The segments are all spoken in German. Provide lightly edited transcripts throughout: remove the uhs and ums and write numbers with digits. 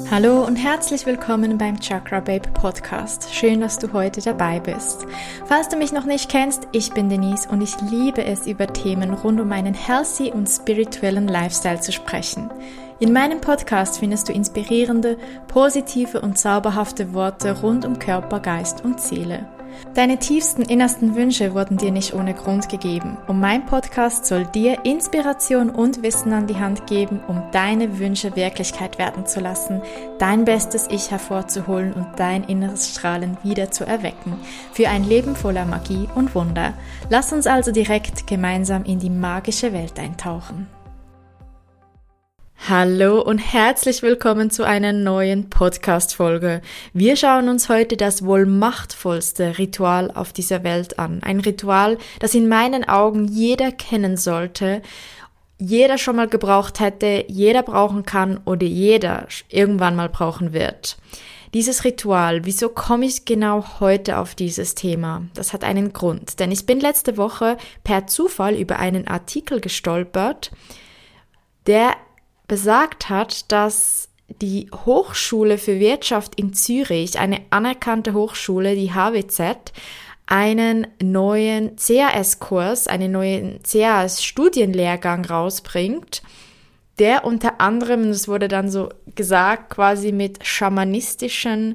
Hallo und herzlich willkommen beim Chakra Babe Podcast. Schön, dass du heute dabei bist. Falls du mich noch nicht kennst, ich bin Denise und ich liebe es, über Themen rund um einen healthy und spirituellen Lifestyle zu sprechen. In meinem Podcast findest du inspirierende, positive und zauberhafte Worte rund um Körper, Geist und Seele. Deine tiefsten, innersten Wünsche wurden dir nicht ohne Grund gegeben und mein Podcast soll dir Inspiration und Wissen an die Hand geben, um deine Wünsche Wirklichkeit werden zu lassen, dein bestes Ich hervorzuholen und dein inneres Strahlen wieder zu erwecken, für ein Leben voller Magie und Wunder. Lass uns also direkt gemeinsam in die magische Welt eintauchen. Hallo und herzlich willkommen zu einer neuen Podcast-Folge. Wir schauen uns heute das wohl machtvollste Ritual auf dieser Welt an. Ein Ritual, das in meinen Augen jeder kennen sollte, jeder schon mal gebraucht hätte, jeder brauchen kann oder jeder irgendwann mal brauchen wird. Dieses Ritual, wieso komme ich genau heute auf dieses Thema? Das hat einen Grund, denn ich bin letzte Woche per Zufall über einen Artikel gestolpert, der besagt hat, dass die Hochschule für Wirtschaft in Zürich, eine anerkannte Hochschule, die HWZ, einen neuen CAS-Kurs, einen neuen CAS-Studienlehrgang rausbringt, der unter anderem, das wurde dann so gesagt, quasi mit schamanistischen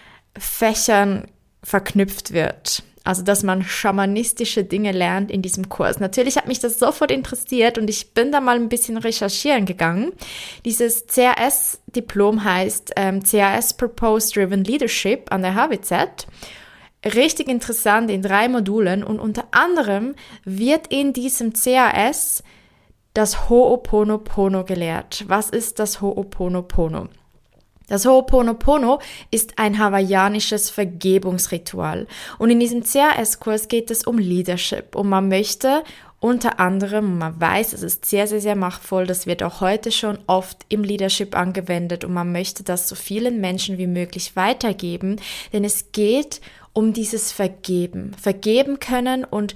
Fächern verknüpft wird. Also, dass man schamanistische Dinge lernt in diesem Kurs. Natürlich hat mich das sofort interessiert und ich bin da mal ein bisschen recherchieren gegangen. Dieses CAS-Diplom heißt CAS Purpose Driven Leadership an der HWZ. Richtig interessant in 3 Modulen und unter anderem wird in diesem CAS das Ho'oponopono gelehrt. Was ist das Ho'oponopono? Das Ho'oponopono ist ein hawaiianisches Vergebungsritual und in diesem CAS-Kurs geht es um Leadership und man möchte unter anderem, man weiß, es ist sehr, sehr, sehr machtvoll, das wird auch heute schon oft im Leadership angewendet und man möchte das so vielen Menschen wie möglich weitergeben, denn es geht um dieses Vergeben können und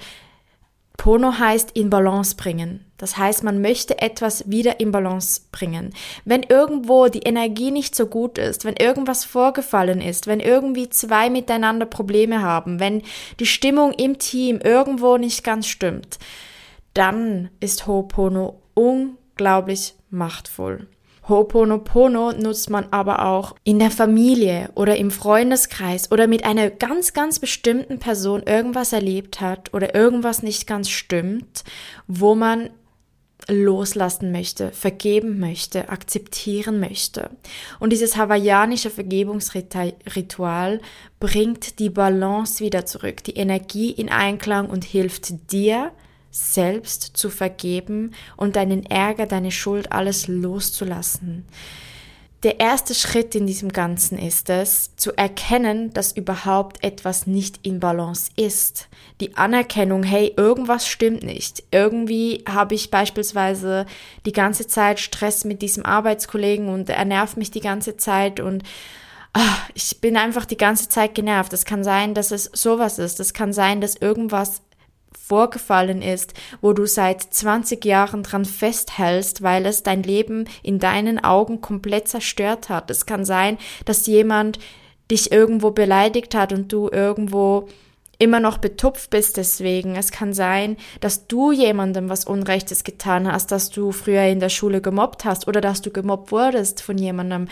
Pono heißt in Balance bringen. Das heißt, man möchte etwas wieder in Balance bringen. Wenn irgendwo die Energie nicht so gut ist, wenn irgendwas vorgefallen ist, wenn irgendwie 2 miteinander Probleme haben, wenn die Stimmung im Team irgendwo nicht ganz stimmt, dann ist Ho'opono unglaublich machtvoll. Ho'oponopono nutzt man aber auch in der Familie oder im Freundeskreis oder mit einer ganz, ganz bestimmten Person irgendwas erlebt hat oder irgendwas nicht ganz stimmt, wo man loslassen möchte, vergeben möchte, akzeptieren möchte. Und dieses hawaiianische Vergebungsritual bringt die Balance wieder zurück, die Energie in Einklang und hilft dir, selbst zu vergeben und deinen Ärger, deine Schuld, alles loszulassen. Der erste Schritt in diesem Ganzen ist es, zu erkennen, dass überhaupt etwas nicht in Balance ist. Die Anerkennung, hey, irgendwas stimmt nicht. Irgendwie habe ich beispielsweise die ganze Zeit Stress mit diesem Arbeitskollegen und er nervt mich die ganze Zeit und ich bin einfach die ganze Zeit genervt. Es kann sein, dass es sowas ist. Es kann sein, dass irgendwas vorgefallen ist, wo du seit 20 Jahren dran festhältst, weil es dein Leben in deinen Augen komplett zerstört hat. Es kann sein, dass jemand dich irgendwo beleidigt hat und du irgendwo immer noch betupft bist deswegen. Es kann sein, dass du jemandem was Unrechtes getan hast, dass du früher in der Schule gemobbt hast oder dass du gemobbt wurdest von jemandem.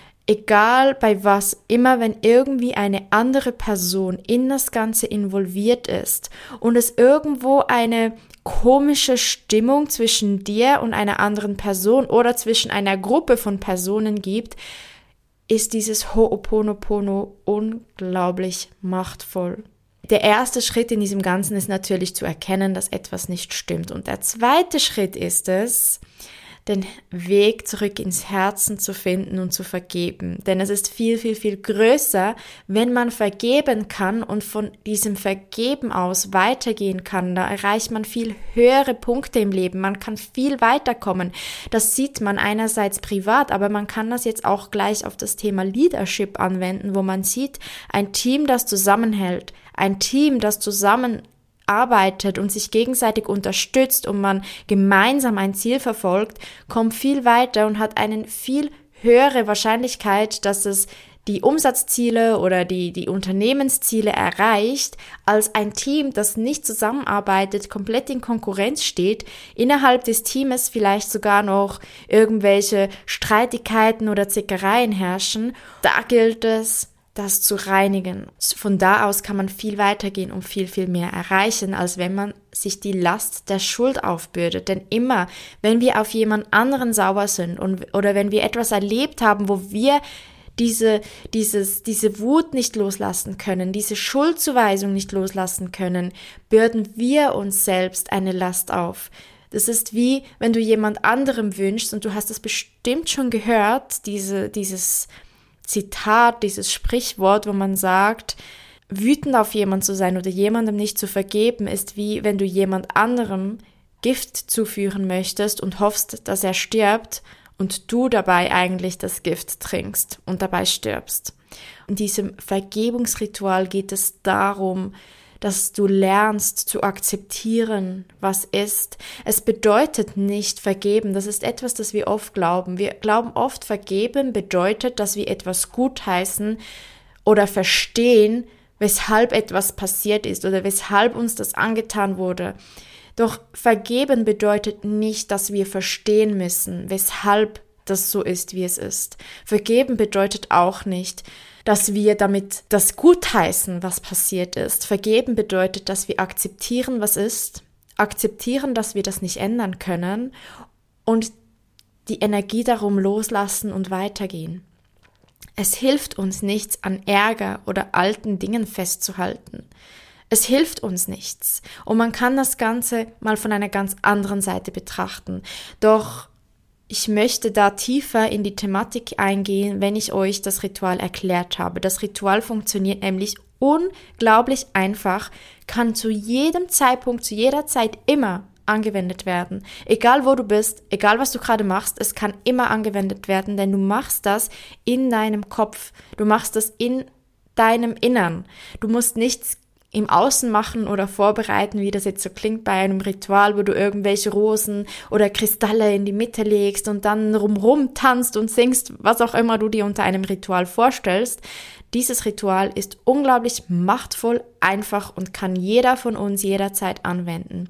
Egal bei was, immer wenn irgendwie eine andere Person in das Ganze involviert ist und es irgendwo eine komische Stimmung zwischen dir und einer anderen Person oder zwischen einer Gruppe von Personen gibt, ist dieses Ho'oponopono unglaublich machtvoll. Der erste Schritt in diesem Ganzen ist natürlich zu erkennen, dass etwas nicht stimmt. Und der zweite Schritt ist es, den Weg zurück ins Herzen zu finden und zu vergeben. Denn es ist viel, viel, viel größer, wenn man vergeben kann und von diesem Vergeben aus weitergehen kann. Da erreicht man viel höhere Punkte im Leben. Man kann viel weiterkommen. Das sieht man einerseits privat, aber man kann das jetzt auch gleich auf das Thema Leadership anwenden, wo man sieht, ein Team, das zusammenhält, ein Team, das zusammen arbeitet und sich gegenseitig unterstützt und man gemeinsam ein Ziel verfolgt, kommt viel weiter und hat einen viel höhere Wahrscheinlichkeit, dass es die Umsatzziele oder die Unternehmensziele erreicht, als ein Team, das nicht zusammenarbeitet, komplett in Konkurrenz steht, innerhalb des Teams vielleicht sogar noch irgendwelche Streitigkeiten oder Zickereien herrschen. Da gilt es, das zu reinigen. Von da aus kann man viel weitergehen und viel, viel mehr erreichen, als wenn man sich die Last der Schuld aufbürdet. Denn immer, wenn wir auf jemand anderen sauer sind oder wenn wir etwas erlebt haben, wo wir diese Wut nicht loslassen können, diese Schuldzuweisung nicht loslassen können, bürden wir uns selbst eine Last auf. Das ist wie, wenn du jemand anderem wünschst, und du hast es bestimmt schon gehört, dieses Zitat, dieses Sprichwort, wo man sagt, wütend auf jemanden zu sein oder jemandem nicht zu vergeben, ist wie, wenn du jemand anderem Gift zuführen möchtest und hoffst, dass er stirbt, und du dabei eigentlich das Gift trinkst und dabei stirbst. In diesem Vergebungsritual geht es darum, dass du lernst zu akzeptieren, was ist. Es bedeutet nicht vergeben, das ist etwas, das wir oft glauben. Wir glauben oft, vergeben bedeutet, dass wir etwas gutheißen oder verstehen, weshalb etwas passiert ist oder weshalb uns das angetan wurde. Doch vergeben bedeutet nicht, dass wir verstehen müssen, weshalb das so ist, wie es ist. Vergeben bedeutet auch nicht, dass wir damit das gutheißen, was passiert ist. Vergeben bedeutet, dass wir akzeptieren, was ist, akzeptieren, dass wir das nicht ändern können und die Energie darum loslassen und weitergehen. Es hilft uns nichts, an Ärger oder alten Dingen festzuhalten. Es hilft uns nichts und man kann das Ganze mal von einer ganz anderen Seite betrachten. Doch ich möchte da tiefer in die Thematik eingehen, wenn ich euch das Ritual erklärt habe. Das Ritual funktioniert nämlich unglaublich einfach, kann zu jedem Zeitpunkt, zu jeder Zeit immer angewendet werden. Egal wo du bist, egal was du gerade machst, es kann immer angewendet werden, denn du machst das in deinem Kopf, du machst das in deinem Innern. Du musst nichts im Außen machen oder vorbereiten, wie das jetzt so klingt bei einem Ritual, wo du irgendwelche Rosen oder Kristalle in die Mitte legst und dann rumrum tanzt und singst, was auch immer du dir unter einem Ritual vorstellst. Dieses Ritual ist unglaublich machtvoll, einfach und kann jeder von uns jederzeit anwenden.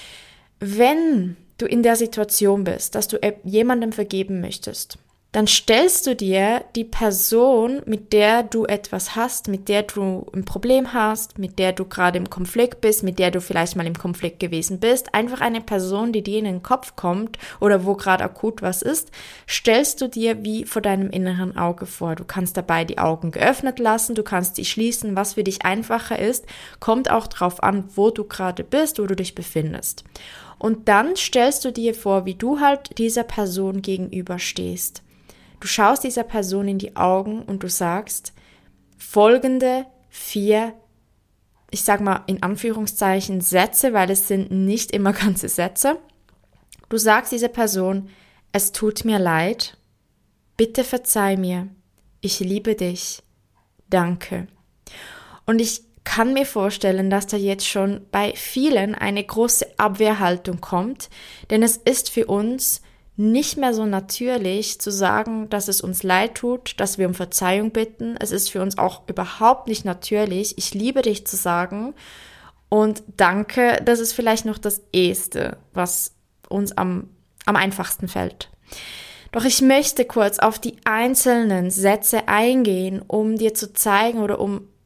Wenn du in der Situation bist, dass du jemandem vergeben möchtest, dann stellst du dir die Person, mit der du etwas hast, mit der du ein Problem hast, mit der du gerade im Konflikt bist, mit der du vielleicht mal im Konflikt gewesen bist, einfach eine Person, die dir in den Kopf kommt oder wo gerade akut was ist, stellst du dir wie vor deinem inneren Auge vor. Du kannst dabei die Augen geöffnet lassen, du kannst sie schließen, was für dich einfacher ist, kommt auch drauf an, wo du gerade bist, wo du dich befindest. Und dann stellst du dir vor, wie du halt dieser Person gegenüberstehst. Du schaust dieser Person in die Augen und du sagst folgende 4, ich sag mal in Anführungszeichen Sätze, weil es sind nicht immer ganze Sätze. Du sagst dieser Person, es tut mir leid, bitte verzeih mir, ich liebe dich, danke. Und ich kann mir vorstellen, dass da jetzt schon bei vielen eine große Abwehrhaltung kommt, denn es ist für uns nicht mehr so natürlich zu sagen, dass es uns leid tut, dass wir um Verzeihung bitten. Es ist für uns auch überhaupt nicht natürlich, ich liebe dich zu sagen und danke, das ist vielleicht noch das Eheste, was uns am einfachsten fällt. Doch ich möchte kurz auf die einzelnen Sätze eingehen, um dir zu zeigen oder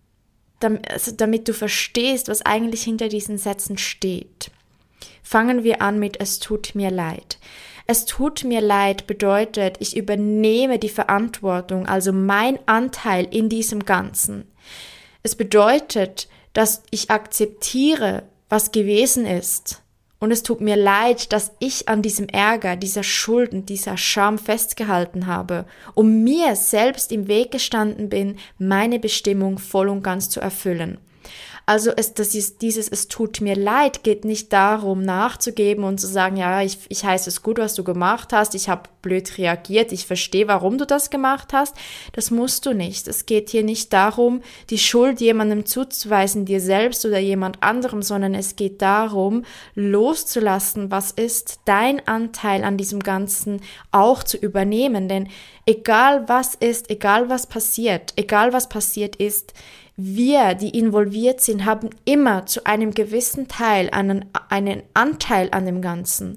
damit du verstehst, was eigentlich hinter diesen Sätzen steht. Fangen wir an mit es tut mir leid. Es tut mir leid bedeutet, ich übernehme die Verantwortung, also mein Anteil in diesem Ganzen. Es bedeutet, dass ich akzeptiere, was gewesen ist. Und es tut mir leid, dass ich an diesem Ärger, dieser Schuld und dieser Scham festgehalten habe und mir selbst im Weg gestanden bin, meine Bestimmung voll und ganz zu erfüllen. Also es tut mir leid, geht nicht darum, nachzugeben und zu sagen, ja, ich heiße es gut, was du gemacht hast, ich habe blöd reagiert, ich verstehe, warum du das gemacht hast. Das musst du nicht. Es geht hier nicht darum, die Schuld jemandem zuzuweisen, dir selbst oder jemand anderem, sondern es geht darum, loszulassen, was ist dein Anteil an diesem Ganzen auch zu übernehmen. Denn Egal was ist, egal was passiert ist, wir, die involviert sind, haben immer zu einem gewissen Teil einen Anteil an dem Ganzen.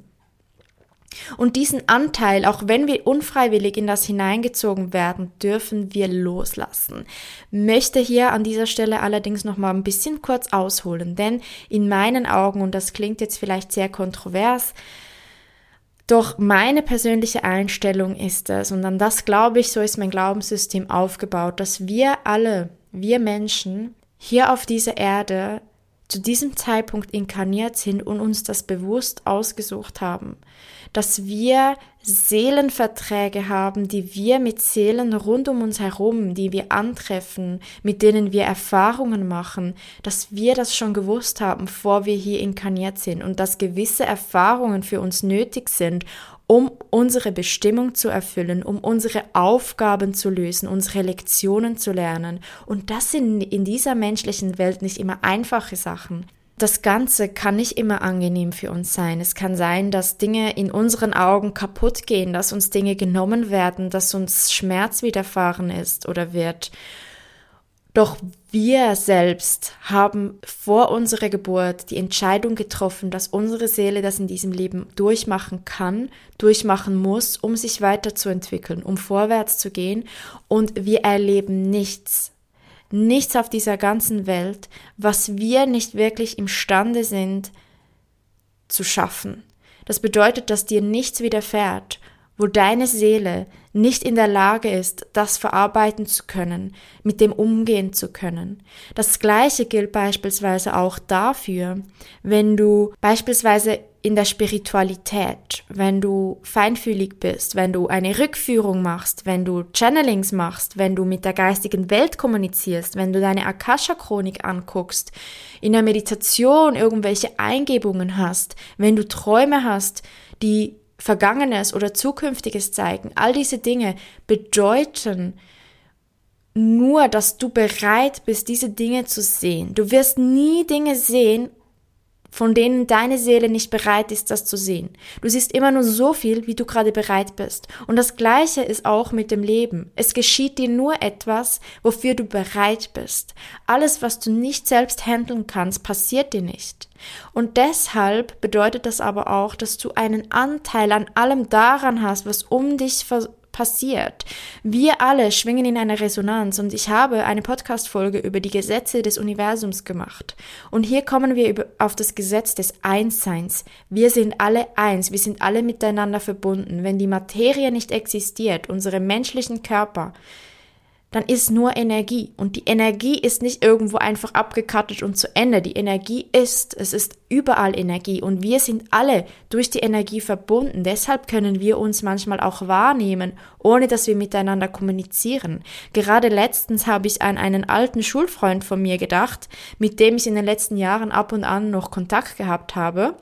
Und diesen Anteil, auch wenn wir unfreiwillig in das hineingezogen werden, dürfen wir loslassen. Möchte hier an dieser Stelle allerdings noch mal ein bisschen kurz ausholen, denn in meinen Augen, und das klingt jetzt vielleicht sehr kontrovers, doch meine persönliche Einstellung ist es, und an das glaube ich, so ist mein Glaubenssystem aufgebaut, dass wir alle, wir Menschen, hier auf dieser Erde zu diesem Zeitpunkt inkarniert sind und uns das bewusst ausgesucht haben. Dass wir Seelenverträge haben, die wir mit Seelen rund um uns herum, die wir antreffen, mit denen wir Erfahrungen machen, dass wir das schon gewusst haben, bevor wir hier inkarniert sind und dass gewisse Erfahrungen für uns nötig sind, um unsere Bestimmung zu erfüllen, um unsere Aufgaben zu lösen, unsere Lektionen zu lernen. Und das sind in dieser menschlichen Welt nicht immer einfache Sachen. Das Ganze kann nicht immer angenehm für uns sein. Es kann sein, dass Dinge in unseren Augen kaputt gehen, dass uns Dinge genommen werden, dass uns Schmerz widerfahren ist oder wird. Doch wir selbst haben vor unserer Geburt die Entscheidung getroffen, dass unsere Seele das in diesem Leben durchmachen kann, durchmachen muss, um sich weiterzuentwickeln, um vorwärts zu gehen. Und wir erleben nichts auf dieser ganzen Welt, was wir nicht wirklich imstande sind zu schaffen. Das bedeutet, dass dir nichts widerfährt, wo deine Seele nicht in der Lage ist, das verarbeiten zu können, mit dem umgehen zu können. Das Gleiche gilt beispielsweise auch dafür, wenn du beispielsweise in der Spiritualität, wenn du feinfühlig bist, wenn du eine Rückführung machst, wenn du Channelings machst, wenn du mit der geistigen Welt kommunizierst, wenn du deine Akasha-Chronik anguckst, in der Meditation irgendwelche Eingebungen hast, wenn du Träume hast, die Vergangenes oder Zukünftiges zeigen. All diese Dinge bedeuten nur, dass du bereit bist, diese Dinge zu sehen. Du wirst nie Dinge sehen, von denen deine Seele nicht bereit ist, das zu sehen. Du siehst immer nur so viel, wie du gerade bereit bist. Und das Gleiche ist auch mit dem Leben. Es geschieht dir nur etwas, wofür du bereit bist. Alles, was du nicht selbst handeln kannst, passiert dir nicht. Und deshalb bedeutet das aber auch, dass du einen Anteil an allem daran hast, was um dich passiert. Wir alle schwingen in einer Resonanz und ich habe eine Podcast-Folge über die Gesetze des Universums gemacht. Und hier kommen wir auf das Gesetz des Einsseins. Wir sind alle eins, wir sind alle miteinander verbunden. Wenn die Materie nicht existiert, unsere menschlichen Körper, dann ist nur Energie. Und die Energie ist nicht irgendwo einfach abgekattet und zu Ende. Die Energie es ist überall Energie und wir sind alle durch die Energie verbunden. Deshalb können wir uns manchmal auch wahrnehmen, ohne dass wir miteinander kommunizieren. Gerade letztens habe ich an einen alten Schulfreund von mir gedacht, mit dem ich in den letzten Jahren ab und an noch Kontakt gehabt habe.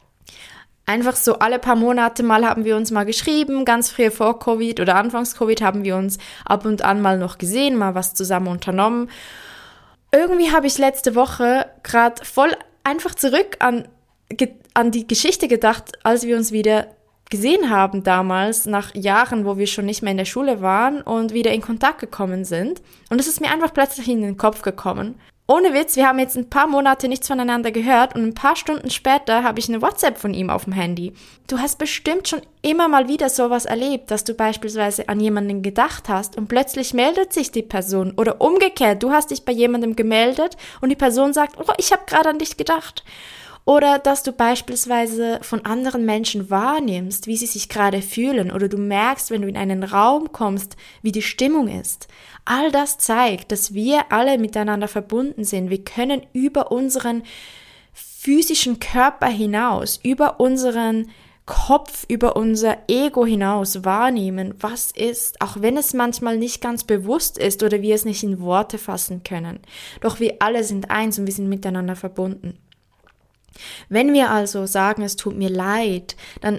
Einfach so alle paar Monate mal haben wir uns mal geschrieben, ganz früh vor Covid oder anfangs Covid haben wir uns ab und an mal noch gesehen, mal was zusammen unternommen. Irgendwie habe ich letzte Woche gerade voll einfach zurück an die Geschichte gedacht, als wir uns wieder gesehen haben damals, nach Jahren, wo wir schon nicht mehr in der Schule waren und wieder in Kontakt gekommen sind. Und es ist mir einfach plötzlich in den Kopf gekommen. Ohne Witz, wir haben jetzt ein paar Monate nichts voneinander gehört und ein paar Stunden später habe ich eine WhatsApp von ihm auf dem Handy. Du hast bestimmt schon immer mal wieder sowas erlebt, dass du beispielsweise an jemanden gedacht hast und plötzlich meldet sich die Person oder umgekehrt, du hast dich bei jemandem gemeldet und die Person sagt, oh, ich habe gerade an dich gedacht. Oder dass du beispielsweise von anderen Menschen wahrnimmst, wie sie sich gerade fühlen oder du merkst, wenn du in einen Raum kommst, wie die Stimmung ist. All das zeigt, dass wir alle miteinander verbunden sind. Wir können über unseren physischen Körper hinaus, über unseren Kopf, über unser Ego hinaus wahrnehmen, was ist, auch wenn es manchmal nicht ganz bewusst ist oder wir es nicht in Worte fassen können. Doch wir alle sind eins und wir sind miteinander verbunden. Wenn wir also sagen, es tut mir leid, dann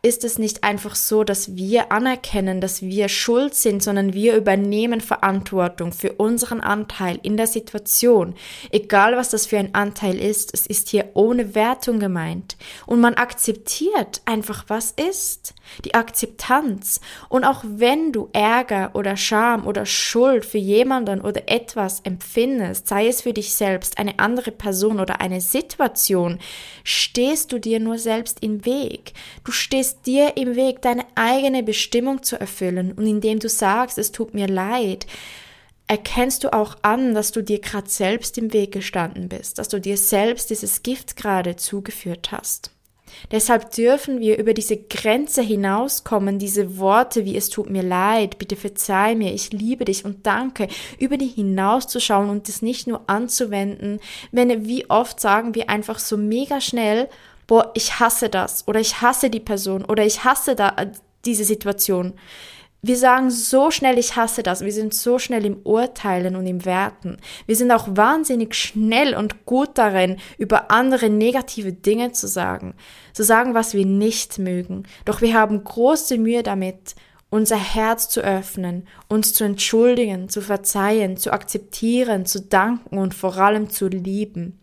ist es nicht einfach so, dass wir anerkennen, dass wir schuld sind, sondern wir übernehmen Verantwortung für unseren Anteil in der Situation. Egal, was das für ein Anteil ist, es ist hier ohne Wertung gemeint. Und man akzeptiert einfach, was ist. Die Akzeptanz. Und auch wenn du Ärger oder Scham oder Schuld für jemanden oder etwas empfindest, sei es für dich selbst, eine andere Person oder eine Situation, stehst du dir nur selbst im Weg. Du stehst dir im Weg, deine eigene Bestimmung zu erfüllen. Und indem du sagst, es tut mir leid, erkennst du auch an, dass du dir gerade selbst im Weg gestanden bist, dass du dir selbst dieses Gift gerade zugeführt hast. Deshalb dürfen wir über diese Grenze hinauskommen, diese Worte wie es tut mir leid, bitte verzeih mir, ich liebe dich und danke, über die hinauszuschauen und das nicht nur anzuwenden, wenn wie oft sagen wir einfach so mega schnell, boah, ich hasse das oder ich hasse die Person oder ich hasse diese Situation. Wir sagen so schnell, ich hasse das. Wir sind so schnell im Urteilen und im Werten. Wir sind auch wahnsinnig schnell und gut darin, über andere negative Dinge zu sagen, was wir nicht mögen. Doch wir haben große Mühe damit, unser Herz zu öffnen, uns zu entschuldigen, zu verzeihen, zu akzeptieren, zu danken und vor allem zu lieben.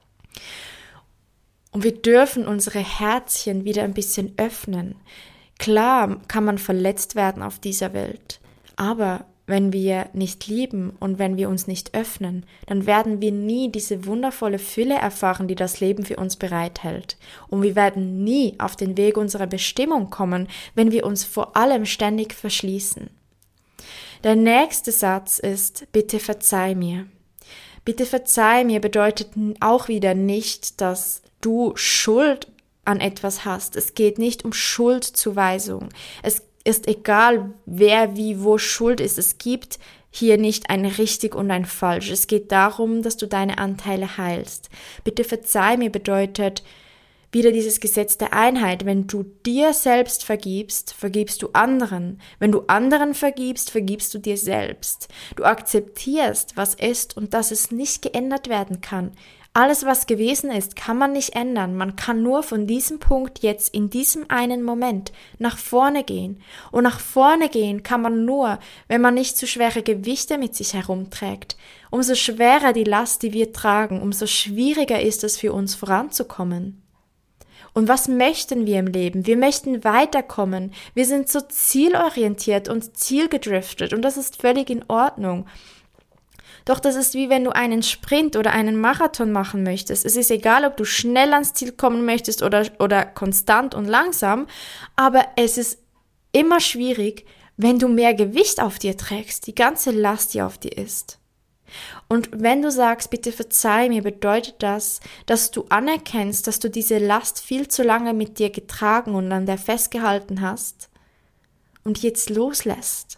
Und wir dürfen unsere Herzchen wieder ein bisschen öffnen. Klar kann man verletzt werden auf dieser Welt, aber wenn wir nicht lieben und wenn wir uns nicht öffnen, dann werden wir nie diese wundervolle Fülle erfahren, die das Leben für uns bereithält. Und wir werden nie auf den Weg unserer Bestimmung kommen, wenn wir uns vor allem ständig verschließen. Der nächste Satz ist, bitte verzeih mir. Bitte verzeih mir bedeutet auch wieder nicht, dass du Schuld an etwas hast. Es geht nicht um Schuldzuweisung. Es ist egal, wer wie wo schuld ist. Es gibt hier nicht ein richtig und ein falsch. Es geht darum, dass du deine Anteile heilst. Bitte verzeih mir bedeutet wieder dieses Gesetz der Einheit. Wenn du dir selbst vergibst, vergibst du anderen. Wenn du anderen vergibst, vergibst du dir selbst. Du akzeptierst, was ist und dass es nicht geändert werden kann. Alles, was gewesen ist, kann man nicht ändern. Man kann nur von diesem Punkt jetzt in diesem einen Moment nach vorne gehen. Und nach vorne gehen kann man nur, wenn man nicht zu schwere Gewichte mit sich herumträgt. Umso schwerer die Last, die wir tragen, umso schwieriger ist es für uns voranzukommen. Und was möchten wir im Leben? Wir möchten weiterkommen. Wir sind so zielorientiert und zielgedriftet und das ist völlig in Ordnung. Doch das ist wie wenn du einen Sprint oder einen Marathon machen möchtest. Es ist egal, ob du schnell ans Ziel kommen möchtest oder konstant und langsam, aber es ist immer schwierig, wenn du mehr Gewicht auf dir trägst, die ganze Last, die auf dir ist. Und wenn du sagst, bitte verzeih mir, bedeutet das, dass du anerkennst, dass du diese Last viel zu lange mit dir getragen und an der festgehalten hast und jetzt loslässt.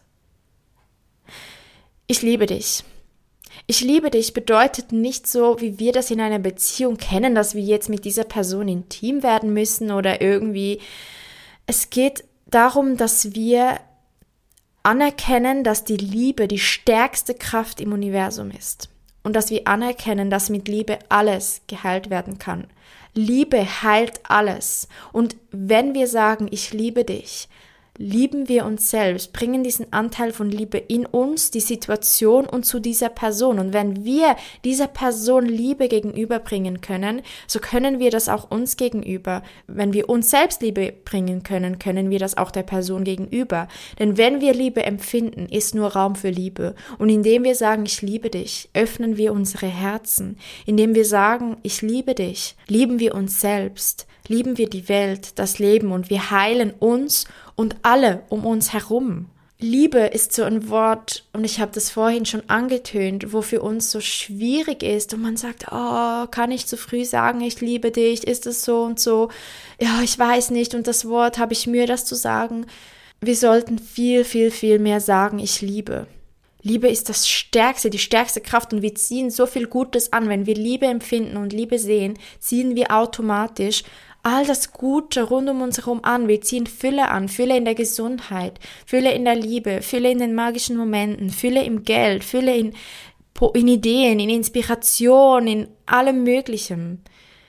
Ich liebe dich. Ich liebe dich bedeutet nicht so, wie wir das in einer Beziehung kennen, dass wir jetzt mit dieser Person intim werden müssen oder irgendwie. Es geht darum, dass wir anerkennen, dass die Liebe die stärkste Kraft im Universum ist und dass wir anerkennen, dass mit Liebe alles geheilt werden kann. Liebe heilt alles. Und wenn wir sagen, ich liebe dich, lieben wir uns selbst, bringen diesen Anteil von Liebe in uns, die Situation und zu dieser Person. Und wenn wir dieser Person Liebe gegenüberbringen können, so können wir das auch uns gegenüber. Wenn wir uns selbst Liebe bringen können, können wir das auch der Person gegenüber. Denn wenn wir Liebe empfinden, ist nur Raum für Liebe. Und indem wir sagen, ich liebe dich, öffnen wir unsere Herzen. Indem wir sagen, ich liebe dich, lieben wir uns selbst, lieben wir die Welt, das Leben und wir heilen uns und alle um uns herum. Liebe ist so ein Wort, und ich habe das vorhin schon angetönt, wo für uns so schwierig ist und man sagt, oh, kann ich zu früh sagen, ich liebe dich, ist es so und so? Ja, ich weiß nicht und das Wort habe ich Mühe, das zu sagen. Wir sollten viel, viel, viel mehr sagen, ich liebe. Liebe ist das Stärkste, die stärkste Kraft und wir ziehen so viel Gutes an. Wenn wir Liebe empfinden und Liebe sehen, ziehen wir automatisch all das Gute rund um uns herum an. Wir ziehen Fülle an, Fülle in der Gesundheit, Fülle in der Liebe, Fülle in den magischen Momenten, Fülle im Geld, Fülle in Ideen, in Inspiration, in allem Möglichen.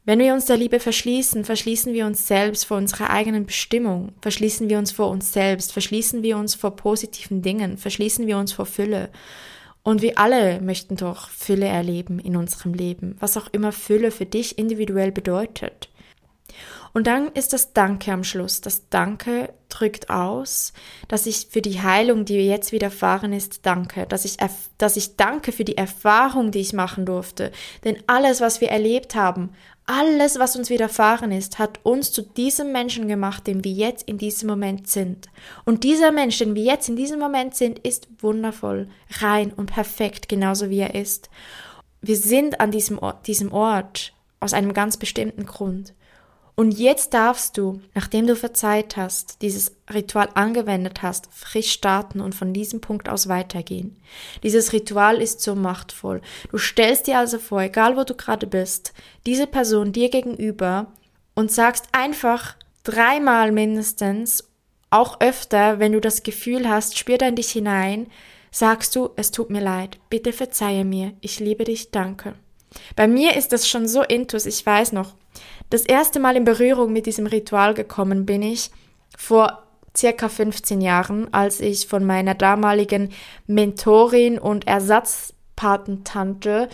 Wenn wir uns der Liebe verschließen, verschließen wir uns selbst vor unserer eigenen Bestimmung, verschließen wir uns vor uns selbst, verschließen wir uns vor positiven Dingen, verschließen wir uns vor Fülle. Und wir alle möchten doch Fülle erleben in unserem Leben, was auch immer Fülle für dich individuell bedeutet. Und dann ist das Danke am Schluss. Das Danke drückt aus, dass ich für die Heilung, die jetzt widerfahren ist, danke. Dass ich danke für die Erfahrung, die ich machen durfte. Denn alles, was wir erlebt haben, alles, was uns widerfahren ist, hat uns zu diesem Menschen gemacht, den wir jetzt in diesem Moment sind. Und dieser Mensch, den wir jetzt in diesem Moment sind, ist wundervoll, rein und perfekt, genauso wie er ist. Wir sind an diesem Ort aus einem ganz bestimmten Grund. Und jetzt darfst du, nachdem du verzeiht hast, dieses Ritual angewendet hast, frisch starten und von diesem Punkt aus weitergehen. Dieses Ritual ist so machtvoll. Du stellst dir also vor, egal wo du gerade bist, diese Person dir gegenüber und sagst einfach 3-mal mindestens, auch öfter, wenn du das Gefühl hast, spür da in dich hinein, sagst du, es tut mir leid, bitte verzeihe mir, ich liebe dich, danke. Bei mir ist das schon so intus, ich weiß noch, das erste Mal in Berührung mit diesem Ritual gekommen bin ich vor circa 15 Jahren, als ich von meiner damaligen Mentorin und Ersatzpatentante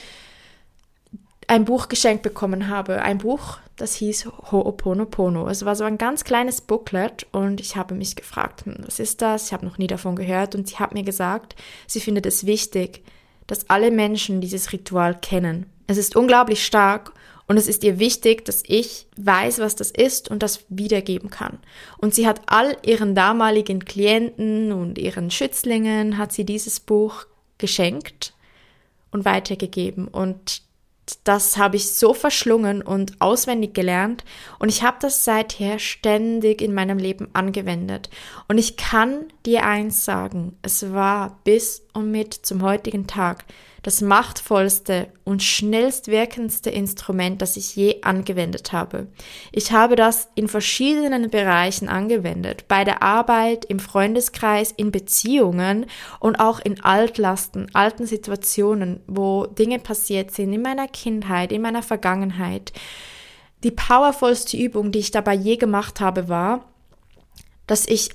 ein Buch geschenkt bekommen habe. Ein Buch, das hieß Ho'oponopono. Es war so ein ganz kleines Booklet und ich habe mich gefragt, was ist das? Ich habe noch nie davon gehört und sie hat mir gesagt, sie findet es wichtig, dass alle Menschen dieses Ritual kennen. Es ist unglaublich stark. Und es ist ihr wichtig, dass ich weiß, was das ist und das wiedergeben kann. Und sie hat all ihren damaligen Klienten und ihren Schützlingen hat sie dieses Buch geschenkt und weitergegeben. Und das habe ich so verschlungen und auswendig gelernt. Und ich habe das seither ständig in meinem Leben angewendet. Und ich kann dir eins sagen, es war bis und mit zum heutigen Tag das machtvollste und schnellst wirkendste Instrument, das ich je angewendet habe. Ich habe das in verschiedenen Bereichen angewendet, bei der Arbeit, im Freundeskreis, in Beziehungen und auch in Altlasten, alten Situationen, wo Dinge passiert sind, in meiner Kindheit, in meiner Vergangenheit. Die powervollste Übung, die ich dabei je gemacht habe, war, dass ich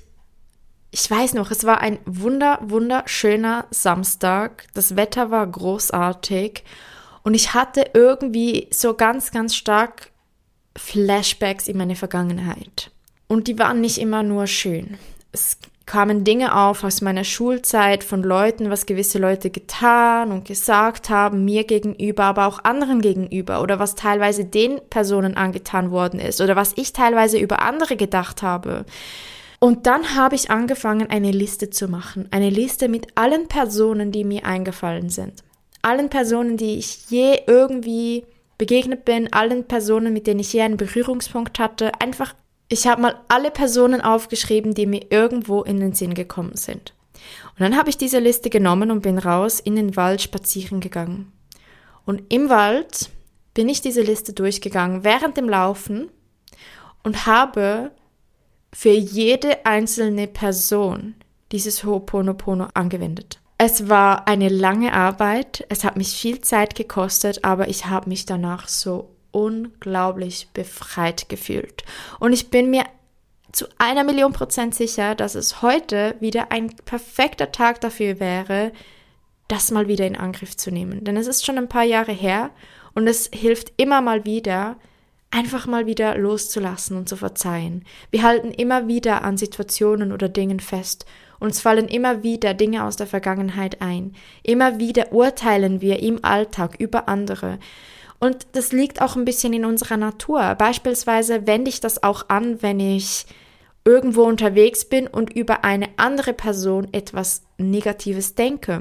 weiß noch, es war ein wunderschöner Samstag. Das Wetter war großartig und ich hatte irgendwie so ganz stark Flashbacks in meine Vergangenheit. Und die waren nicht immer nur schön. Es kamen Dinge auf aus meiner Schulzeit von Leuten, was gewisse Leute getan und gesagt haben, mir gegenüber, aber auch anderen gegenüber oder was teilweise den Personen angetan worden ist oder was ich teilweise über andere gedacht habe. Und dann habe ich angefangen, eine Liste zu machen. Eine Liste mit allen Personen, die mir eingefallen sind. Allen Personen, die ich je irgendwie begegnet bin. Allen Personen, mit denen ich je einen Berührungspunkt hatte. Einfach, ich habe mal alle Personen aufgeschrieben, die mir irgendwo in den Sinn gekommen sind. Und dann habe ich diese Liste genommen und bin raus in den Wald spazieren gegangen. Und im Wald bin ich diese Liste durchgegangen während dem Laufen und habe für jede einzelne Person dieses Ho'oponopono angewendet. Es war eine lange Arbeit, es hat mich viel Zeit gekostet, aber ich habe mich danach so unglaublich befreit gefühlt. Und ich bin mir zu 1.000.000% sicher, dass es heute wieder ein perfekter Tag dafür wäre, das mal wieder in Angriff zu nehmen. Denn es ist schon ein paar Jahre her und es hilft immer mal wieder, einfach mal wieder loszulassen und zu verzeihen. Wir halten immer wieder an Situationen oder Dingen fest. Uns fallen immer wieder Dinge aus der Vergangenheit ein. Immer wieder urteilen wir im Alltag über andere. Und das liegt auch ein bisschen in unserer Natur. Beispielsweise wende ich das auch an, wenn ich irgendwo unterwegs bin und über eine andere Person etwas Negatives denke.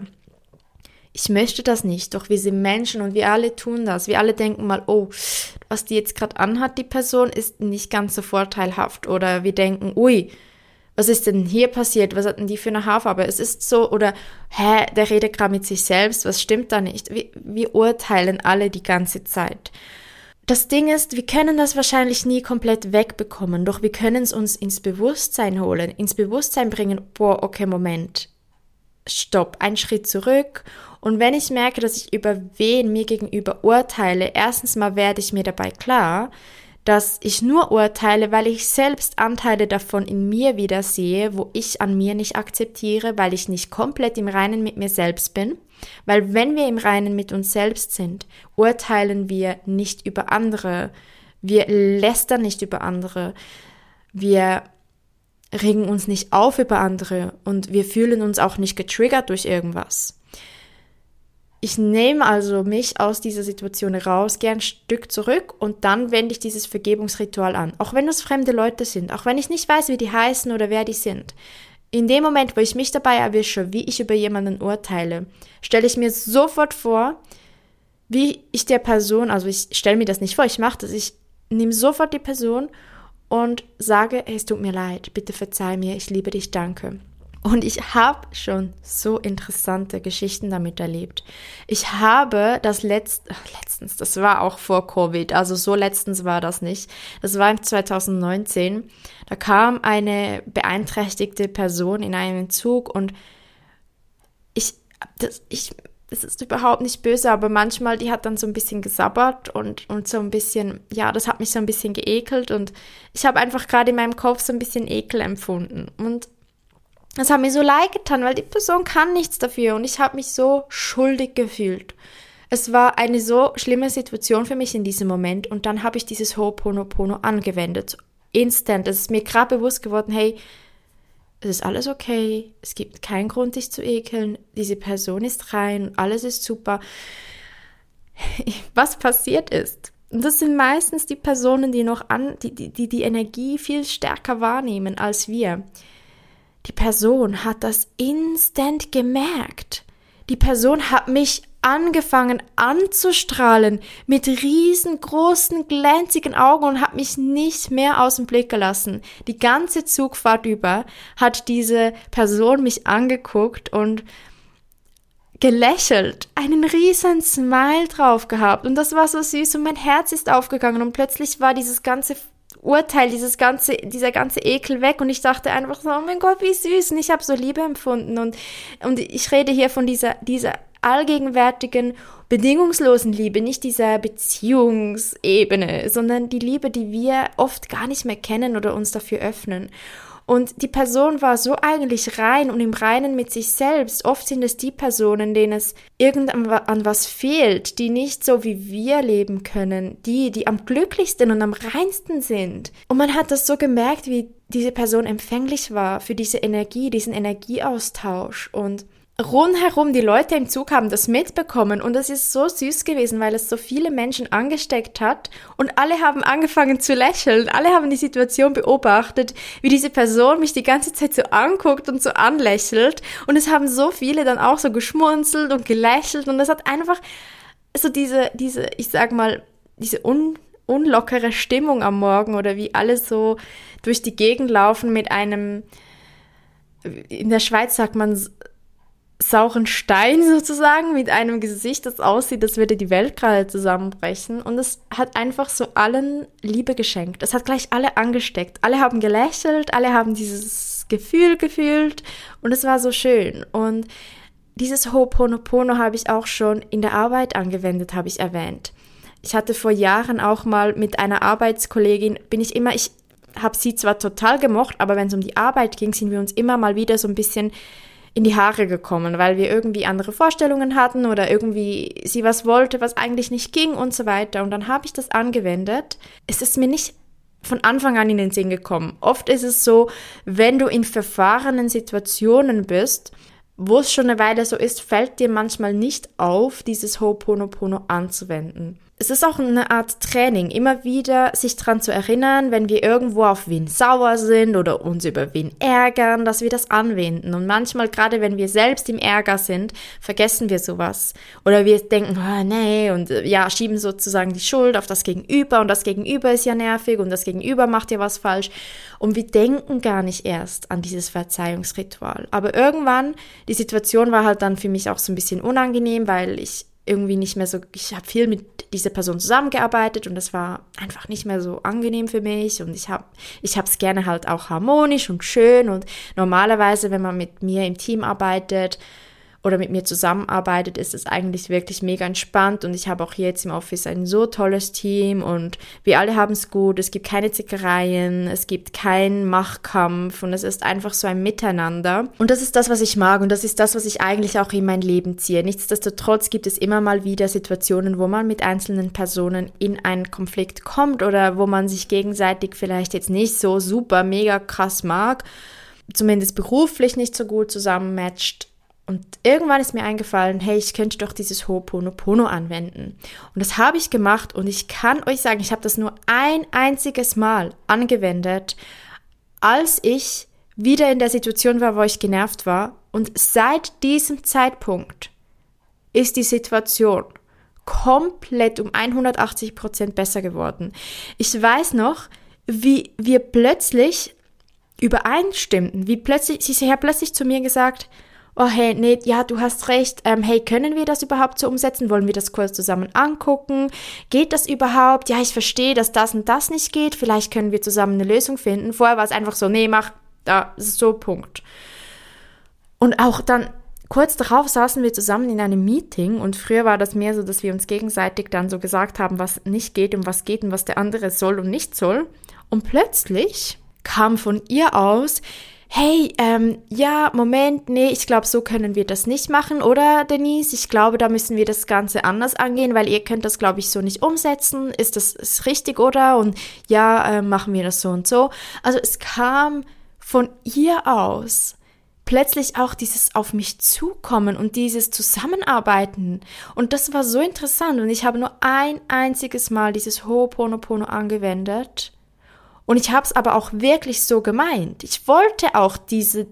Ich möchte das nicht, doch wir sind Menschen und wir alle tun das. Wir alle denken mal, oh, was die jetzt gerade anhat, die Person, ist nicht ganz so vorteilhaft. Oder wir denken, ui, was ist denn hier passiert? Was hat denn die für eine Haarfarbe? Es ist so, oder, der redet gerade mit sich selbst, was stimmt da nicht? Wir urteilen alle die ganze Zeit. Das Ding ist, wir können das wahrscheinlich nie komplett wegbekommen, doch wir können es uns ins Bewusstsein holen, ins Bewusstsein bringen, boah, okay, Moment. Stopp, einen Schritt zurück. Und wenn ich merke, dass ich über wen mir gegenüber urteile, erstens mal werde ich mir dabei klar, dass ich nur urteile, weil ich selbst Anteile davon in mir wieder sehe, wo ich an mir nicht akzeptiere, weil ich nicht komplett im Reinen mit mir selbst bin. Weil wenn wir im Reinen mit uns selbst sind, urteilen wir nicht über andere, wir lästern nicht über andere, wir regen uns nicht auf über andere und wir fühlen uns auch nicht getriggert durch irgendwas. Ich nehme also mich aus dieser Situation raus, gehe ein Stück zurück und dann wende ich dieses Vergebungsritual an. Auch wenn das fremde Leute sind, auch wenn ich nicht weiß, wie die heißen oder wer die sind. In dem Moment, wo ich mich dabei erwische, wie ich über jemanden urteile, stelle ich mir sofort vor, wie ich der Person, also ich stelle mir das nicht vor, ich mache das, ich nehme sofort die Person und sage, hey, es tut mir leid, bitte verzeih mir, ich liebe dich, danke. Und ich habe schon so interessante Geschichten damit erlebt. Ich habe das letztens, das war auch vor Covid, also so letztens war das nicht. Das war im 2019. Da kam eine beeinträchtigte Person in einem Zug und es ist überhaupt nicht böse, aber manchmal, die hat dann so ein bisschen gesabbert und so ein bisschen, ja, das hat mich so ein bisschen geekelt und ich habe einfach gerade in meinem Kopf so ein bisschen Ekel empfunden und es hat mir so leid getan, weil die Person kann nichts dafür und ich habe mich so schuldig gefühlt. Es war eine so schlimme Situation für mich in diesem Moment und dann habe ich dieses Ho'oponopono angewendet. Instant, es ist mir gerade bewusst geworden, hey, es ist alles okay, es gibt keinen Grund, dich zu ekeln, diese Person ist rein, alles ist super. Was passiert ist, und das sind meistens die Personen, die die Energie viel stärker wahrnehmen als wir. Die Person hat das instant gemerkt. Die Person hat mich angefangen anzustrahlen mit riesengroßen, glänzigen Augen und hat mich nicht mehr aus dem Blick gelassen. Die ganze Zugfahrt über hat diese Person mich angeguckt und gelächelt, einen riesen Smile drauf gehabt und das war so süß und mein Herz ist aufgegangen und plötzlich war dieses ganze Urteil, dieser ganze Ekel weg und ich dachte einfach so, oh mein Gott, wie süß und ich habe so Liebe empfunden und ich rede hier von dieser allgegenwärtigen, bedingungslosen Liebe, nicht dieser Beziehungsebene, sondern die Liebe, die wir oft gar nicht mehr kennen oder uns dafür öffnen. Und die Person war so eigentlich rein und im Reinen mit sich selbst. Oft sind es die Personen, denen es an was fehlt, die nicht so wie wir leben können, die am glücklichsten und am reinsten sind. Und man hat das so gemerkt, wie diese Person empfänglich war für diese Energie, diesen Energieaustausch und rundherum die Leute im Zug haben das mitbekommen und es ist so süß gewesen, weil es so viele Menschen angesteckt hat und alle haben angefangen zu lächeln, alle haben die Situation beobachtet, wie diese Person mich die ganze Zeit so anguckt und so anlächelt und es haben so viele dann auch so geschmunzelt und gelächelt und es hat einfach so diese ich sag mal, diese unlockere Stimmung am Morgen oder wie alle so durch die Gegend laufen mit einem, in der Schweiz sagt man sauren Stein sozusagen, mit einem Gesicht, das aussieht, als würde die Welt gerade zusammenbrechen. Und es hat einfach so allen Liebe geschenkt. Es hat gleich alle angesteckt. Alle haben gelächelt, alle haben dieses Gefühl gefühlt und es war so schön. Und dieses Ho'oponopono habe ich auch schon in der Arbeit angewendet, habe ich erwähnt. Ich hatte vor Jahren auch mal mit einer Arbeitskollegin, ich habe sie zwar total gemocht, aber wenn es um die Arbeit ging, sind wir uns immer mal wieder so ein bisschen in die Haare gekommen, weil wir irgendwie andere Vorstellungen hatten oder irgendwie sie was wollte, was eigentlich nicht ging und so weiter. Und dann habe ich das angewendet. Es ist mir nicht von Anfang an in den Sinn gekommen. Oft ist es so, wenn du in verfahrenen Situationen bist, wo es schon eine Weile so ist, fällt dir manchmal nicht auf, dieses Ho'oponopono anzuwenden. Es ist auch eine Art Training, immer wieder sich dran zu erinnern, wenn wir irgendwo auf wen sauer sind oder uns über wen ärgern, dass wir das anwenden. Und manchmal, gerade wenn wir selbst im Ärger sind, vergessen wir sowas. Oder wir denken, oh, nee, und ja, schieben sozusagen die Schuld auf das Gegenüber und das Gegenüber ist ja nervig und das Gegenüber macht ja was falsch. Und wir denken gar nicht erst an dieses Verzeihungsritual. Aber irgendwann, die Situation war halt dann für mich auch so ein bisschen unangenehm, weil ich irgendwie nicht mehr so, ich habe viel mit dieser Person zusammengearbeitet und das war einfach nicht mehr so angenehm für mich und ich hab's gerne halt auch harmonisch und schön und normalerweise, wenn man mit mir im Team arbeitet oder mit mir zusammenarbeitet, ist es eigentlich wirklich mega entspannt und ich habe auch hier jetzt im Office ein so tolles Team und wir alle haben es gut, es gibt keine Zickereien, es gibt keinen Machtkampf und es ist einfach so ein Miteinander und das ist das, was ich mag und das ist das, was ich eigentlich auch in mein Leben ziehe. Nichtsdestotrotz gibt es immer mal wieder Situationen, wo man mit einzelnen Personen in einen Konflikt kommt oder wo man sich gegenseitig vielleicht jetzt nicht so super, mega krass mag, zumindest beruflich nicht so gut zusammenmatcht. Und irgendwann ist mir eingefallen, hey, ich könnte doch dieses Ho'oponopono anwenden. Und das habe ich gemacht und ich kann euch sagen, ich habe das nur ein einziges Mal angewendet, als ich wieder in der Situation war, wo ich genervt war. Und seit diesem Zeitpunkt ist die Situation komplett um 180% besser geworden. Ich weiß noch, wie wir plötzlich übereinstimmten, sie hat plötzlich zu mir gesagt, oh hey, nee, ja, du hast recht, hey, können wir das überhaupt so umsetzen? Wollen wir das kurz zusammen angucken? Geht das überhaupt? Ja, ich verstehe, dass das und das nicht geht, vielleicht können wir zusammen eine Lösung finden. Vorher war es einfach so, nee, mach, da ist so, Punkt. Und auch dann, kurz darauf saßen wir zusammen in einem Meeting und früher war das mehr so, dass wir uns gegenseitig dann so gesagt haben, was nicht geht und was geht und was der andere soll und nicht soll. Und plötzlich kam von ihr aus, hey, ja, Moment, nee, ich glaube, so können wir das nicht machen, oder Denise? Ich glaube, da müssen wir das Ganze anders angehen, weil ihr könnt das, glaube ich, so nicht umsetzen. Ist richtig, oder? Und ja, machen wir das so und so. Also es kam von ihr aus plötzlich auch dieses auf mich zukommen und dieses Zusammenarbeiten. Und das war so interessant und ich habe nur ein einziges Mal dieses Ho'oponopono angewendet. Und ich habe es aber auch wirklich so gemeint. Ich wollte auch diese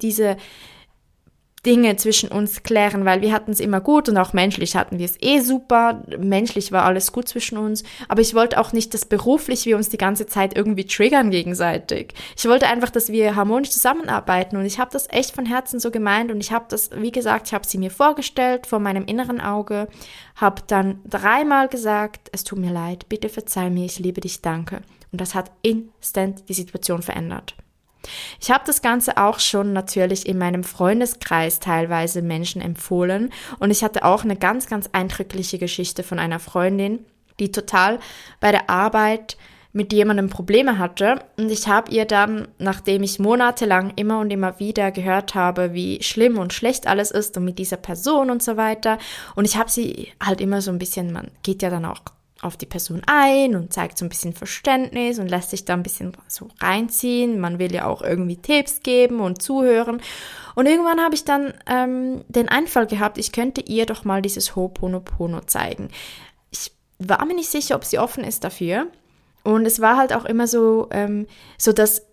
Dinge zwischen uns klären, weil wir hatten es immer gut und auch menschlich hatten wir es super. Menschlich war alles gut zwischen uns. Aber ich wollte auch nicht, dass beruflich wir uns die ganze Zeit irgendwie triggern gegenseitig. Ich wollte einfach, dass wir harmonisch zusammenarbeiten und ich habe das echt von Herzen so gemeint und ich habe das, wie gesagt, ich habe sie mir vorgestellt vor meinem inneren Auge, habe dann 3-mal gesagt, es tut mir leid, bitte verzeih mir, ich liebe dich, danke. Und das hat instant die Situation verändert. Ich habe das Ganze auch schon natürlich in meinem Freundeskreis teilweise Menschen empfohlen und ich hatte auch eine ganz, ganz eindrückliche Geschichte von einer Freundin, die total bei der Arbeit mit jemandem Probleme hatte und ich habe ihr dann, nachdem ich monatelang immer und immer wieder gehört habe, wie schlimm und schlecht alles ist und mit dieser Person und so weiter und ich habe sie halt immer so ein bisschen, man geht ja dann auch auf die Person ein und zeigt so ein bisschen Verständnis und lässt sich da ein bisschen so reinziehen. Man will ja auch irgendwie Tipps geben und zuhören. Und irgendwann habe ich dann den Einfall gehabt, ich könnte ihr doch mal dieses Ho'oponopono zeigen. Ich war mir nicht sicher, ob sie offen ist dafür. Und es war halt auch immer so, so dass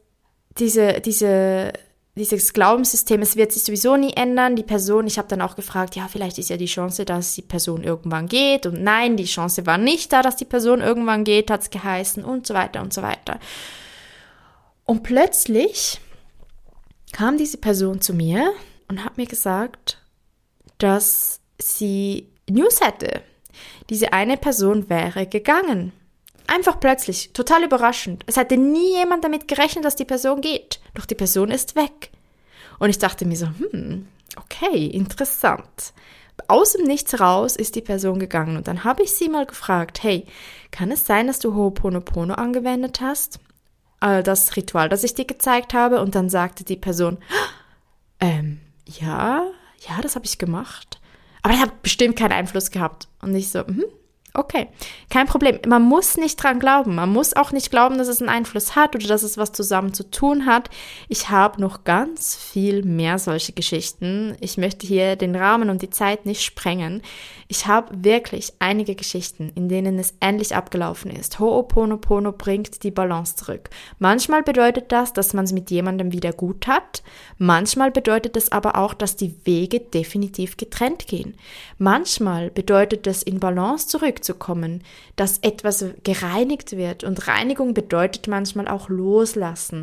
dieses Glaubenssystem, es wird sich sowieso nie ändern. Die Person, ich habe dann auch gefragt, ja, vielleicht ist ja die Chance, dass die Person irgendwann geht. Und nein, die Chance war nicht da, dass die Person irgendwann geht, hat es geheißen und so weiter und so weiter. Und plötzlich kam diese Person zu mir und hat mir gesagt, dass sie News hätte. Diese eine Person wäre gegangen. Einfach plötzlich, total überraschend. Es hatte nie jemand damit gerechnet, dass die Person geht. Doch die Person ist weg. Und ich dachte mir so, okay, interessant. Aus dem Nichts raus ist die Person gegangen. Und dann habe ich sie mal gefragt, hey, kann es sein, dass du Ho'oponopono angewendet hast? Das Ritual, das ich dir gezeigt habe. Und dann sagte die Person, ja, das habe ich gemacht. Aber ich habe bestimmt keinen Einfluss gehabt. Und ich so, okay, kein Problem. Man muss nicht dran glauben. Man muss auch nicht glauben, dass es einen Einfluss hat oder dass es was zusammen zu tun hat. Ich habe noch ganz viel mehr solche Geschichten. Ich möchte hier den Rahmen und die Zeit nicht sprengen. Ich habe wirklich einige Geschichten, in denen es ähnlich abgelaufen ist. Ho'oponopono bringt die Balance zurück. Manchmal bedeutet das, dass man es mit jemandem wieder gut hat. Manchmal bedeutet es aber auch, dass die Wege definitiv getrennt gehen. Manchmal bedeutet es, in Balance zurückzukommen, dass etwas gereinigt wird. Und Reinigung bedeutet manchmal auch loslassen.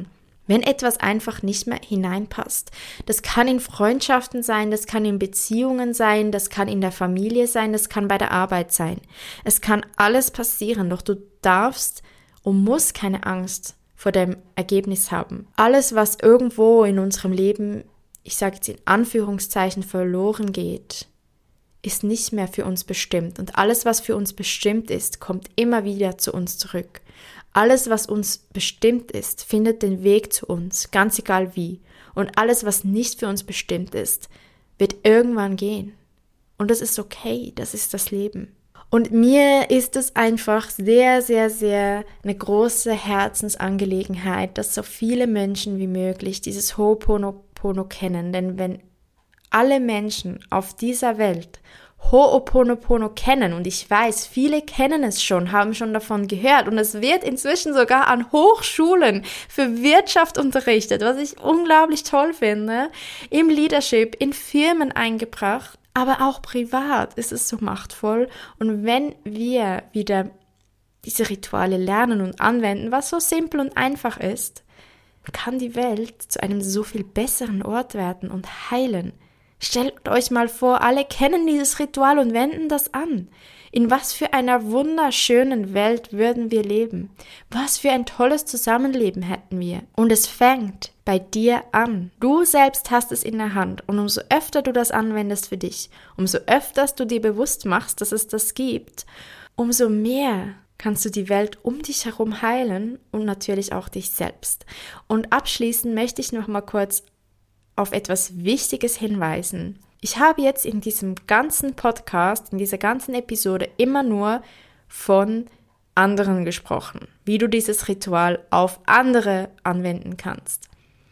Wenn etwas einfach nicht mehr hineinpasst. Das kann in Freundschaften sein, das kann in Beziehungen sein, das kann in der Familie sein, das kann bei der Arbeit sein. Es kann alles passieren, doch du darfst und musst keine Angst vor dem Ergebnis haben. Alles, was irgendwo in unserem Leben, ich sage jetzt in Anführungszeichen, verloren geht, ist nicht mehr für uns bestimmt. Und alles, was für uns bestimmt ist, kommt immer wieder zu uns zurück. Alles, was uns bestimmt ist, findet den Weg zu uns, ganz egal wie. Und alles, was nicht für uns bestimmt ist, wird irgendwann gehen. Und das ist okay, das ist das Leben. Und mir ist es einfach sehr, sehr, sehr eine große Herzensangelegenheit, dass so viele Menschen wie möglich dieses Ho'oponopono kennen. Denn wenn alle Menschen auf dieser Welt Ho'oponopono kennen, und ich weiß, viele kennen es schon, haben schon davon gehört, und es wird inzwischen sogar an Hochschulen für Wirtschaft unterrichtet, was ich unglaublich toll finde, im Leadership, in Firmen eingebracht, aber auch privat ist es so machtvoll. Und wenn wir wieder diese Rituale lernen und anwenden, was so simpel und einfach ist, kann die Welt zu einem so viel besseren Ort werden und heilen. Stellt euch mal vor, alle kennen dieses Ritual und wenden das an. In was für einer wunderschönen Welt würden wir leben? Was für ein tolles Zusammenleben hätten wir? Und es fängt bei dir an. Du selbst hast es in der Hand, und umso öfter du das anwendest für dich, umso öfter du dir bewusst machst, dass es das gibt, umso mehr kannst du die Welt um dich herum heilen und natürlich auch dich selbst. Und abschließend möchte ich noch mal kurz auf etwas Wichtiges hinweisen. Ich habe jetzt in diesem ganzen Podcast, in dieser ganzen Episode immer nur von anderen gesprochen, wie du dieses Ritual auf andere anwenden kannst.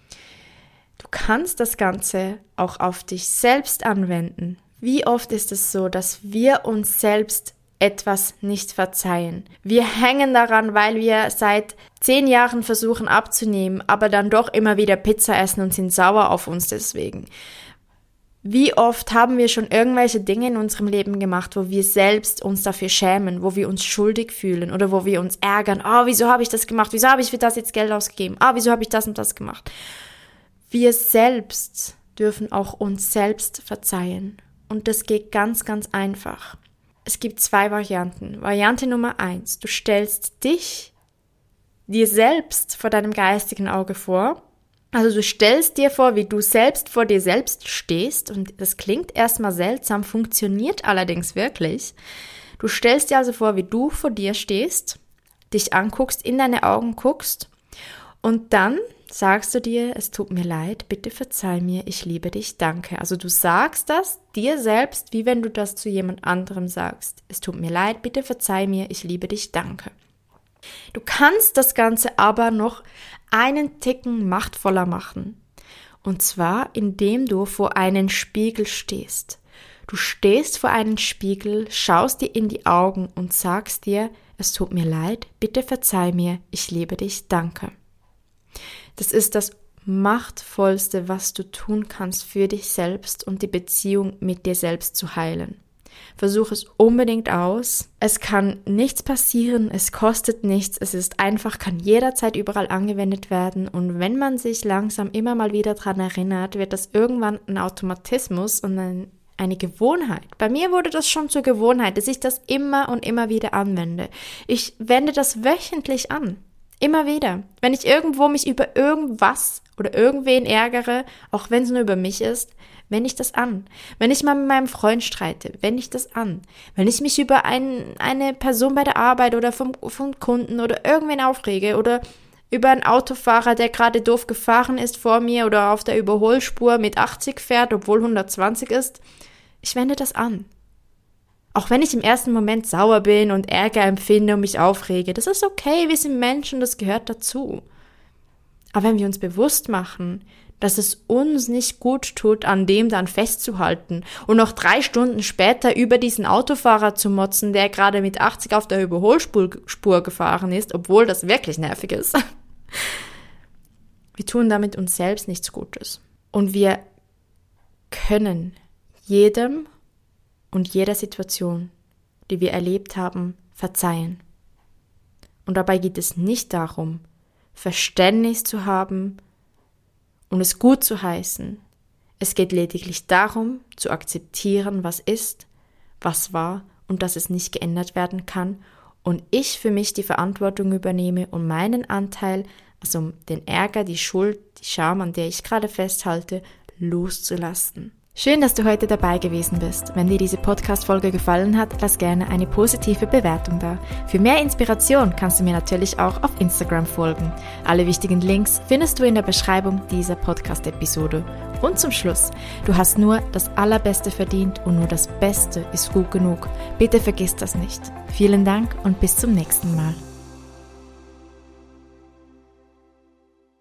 Du kannst das Ganze auch auf dich selbst anwenden. Wie oft ist es so, dass wir uns selbst etwas nicht verzeihen? Wir hängen daran, weil wir seit 10 Jahren versuchen abzunehmen, aber dann doch immer wieder Pizza essen und sind sauer auf uns deswegen. Wie oft haben wir schon irgendwelche Dinge in unserem Leben gemacht, wo wir selbst uns dafür schämen, wo wir uns schuldig fühlen oder wo wir uns ärgern. Wieso habe ich das gemacht? Wieso habe ich für das jetzt Geld ausgegeben? Wieso habe ich das und das gemacht? Wir selbst dürfen auch uns selbst verzeihen. Und das geht ganz, ganz einfach. Es gibt 2 Varianten. Variante Nummer 1. Du stellst dir selbst vor deinem geistigen Auge vor. Also du stellst dir vor, wie du selbst vor dir selbst stehst. Und das klingt erstmal seltsam, funktioniert allerdings wirklich. Du stellst dir also vor, wie du vor dir stehst, dich anguckst, in deine Augen guckst. Und dann sagst du dir, es tut mir leid, bitte verzeih mir, ich liebe dich, danke. Also du sagst das dir selbst, wie wenn du das zu jemand anderem sagst. Es tut mir leid, bitte verzeih mir, ich liebe dich, danke. Du kannst das Ganze aber noch einen Ticken machtvoller machen. Und zwar, indem du vor einen Spiegel stehst. Du stehst vor einen Spiegel, schaust dir in die Augen und sagst dir, es tut mir leid, bitte verzeih mir, ich liebe dich, danke. Das ist das Machtvollste, was du tun kannst für dich selbst und die Beziehung mit dir selbst zu heilen. Versuch es unbedingt aus. Es kann nichts passieren, es kostet nichts, es ist einfach, kann jederzeit überall angewendet werden, und wenn man sich langsam immer mal wieder daran erinnert, wird das irgendwann ein Automatismus und eine Gewohnheit. Bei mir wurde das schon zur Gewohnheit, dass ich das immer und immer wieder anwende. Ich wende das wöchentlich an. Immer wieder. Wenn ich irgendwo mich über irgendwas oder irgendwen ärgere, auch wenn es nur über mich ist, wende ich das an. Wenn ich mal mit meinem Freund streite, wende ich das an. Wenn ich mich über eine Person bei der Arbeit oder vom Kunden oder irgendwen aufrege oder über einen Autofahrer, der gerade doof gefahren ist vor mir oder auf der Überholspur mit 80 fährt, obwohl 120 ist, ich wende das an. Auch wenn ich im ersten Moment sauer bin und Ärger empfinde und mich aufrege, das ist okay, wir sind Menschen, das gehört dazu. Aber wenn wir uns bewusst machen, dass es uns nicht gut tut, an dem dann festzuhalten und noch 3 Stunden später über diesen Autofahrer zu motzen, der gerade mit 80 auf der Überholspur gefahren ist, obwohl das wirklich nervig ist. Wir tun damit uns selbst nichts Gutes. Und wir können jedem und jeder Situation, die wir erlebt haben, verzeihen. Und dabei geht es nicht darum, Verständnis zu haben und es gut zu heißen. Es geht lediglich darum, zu akzeptieren, was ist, was war und dass es nicht geändert werden kann und ich für mich die Verantwortung übernehme und meinen Anteil, also den Ärger, die Schuld, die Scham, an der ich gerade festhalte, loszulassen. Schön, dass du heute dabei gewesen bist. Wenn dir diese Podcast-Folge gefallen hat, lass gerne eine positive Bewertung da. Für mehr Inspiration kannst du mir natürlich auch auf Instagram folgen. Alle wichtigen Links findest du in der Beschreibung dieser Podcast-Episode. Und zum Schluss, du hast nur das Allerbeste verdient und nur das Beste ist gut genug. Bitte vergiss das nicht. Vielen Dank und bis zum nächsten Mal.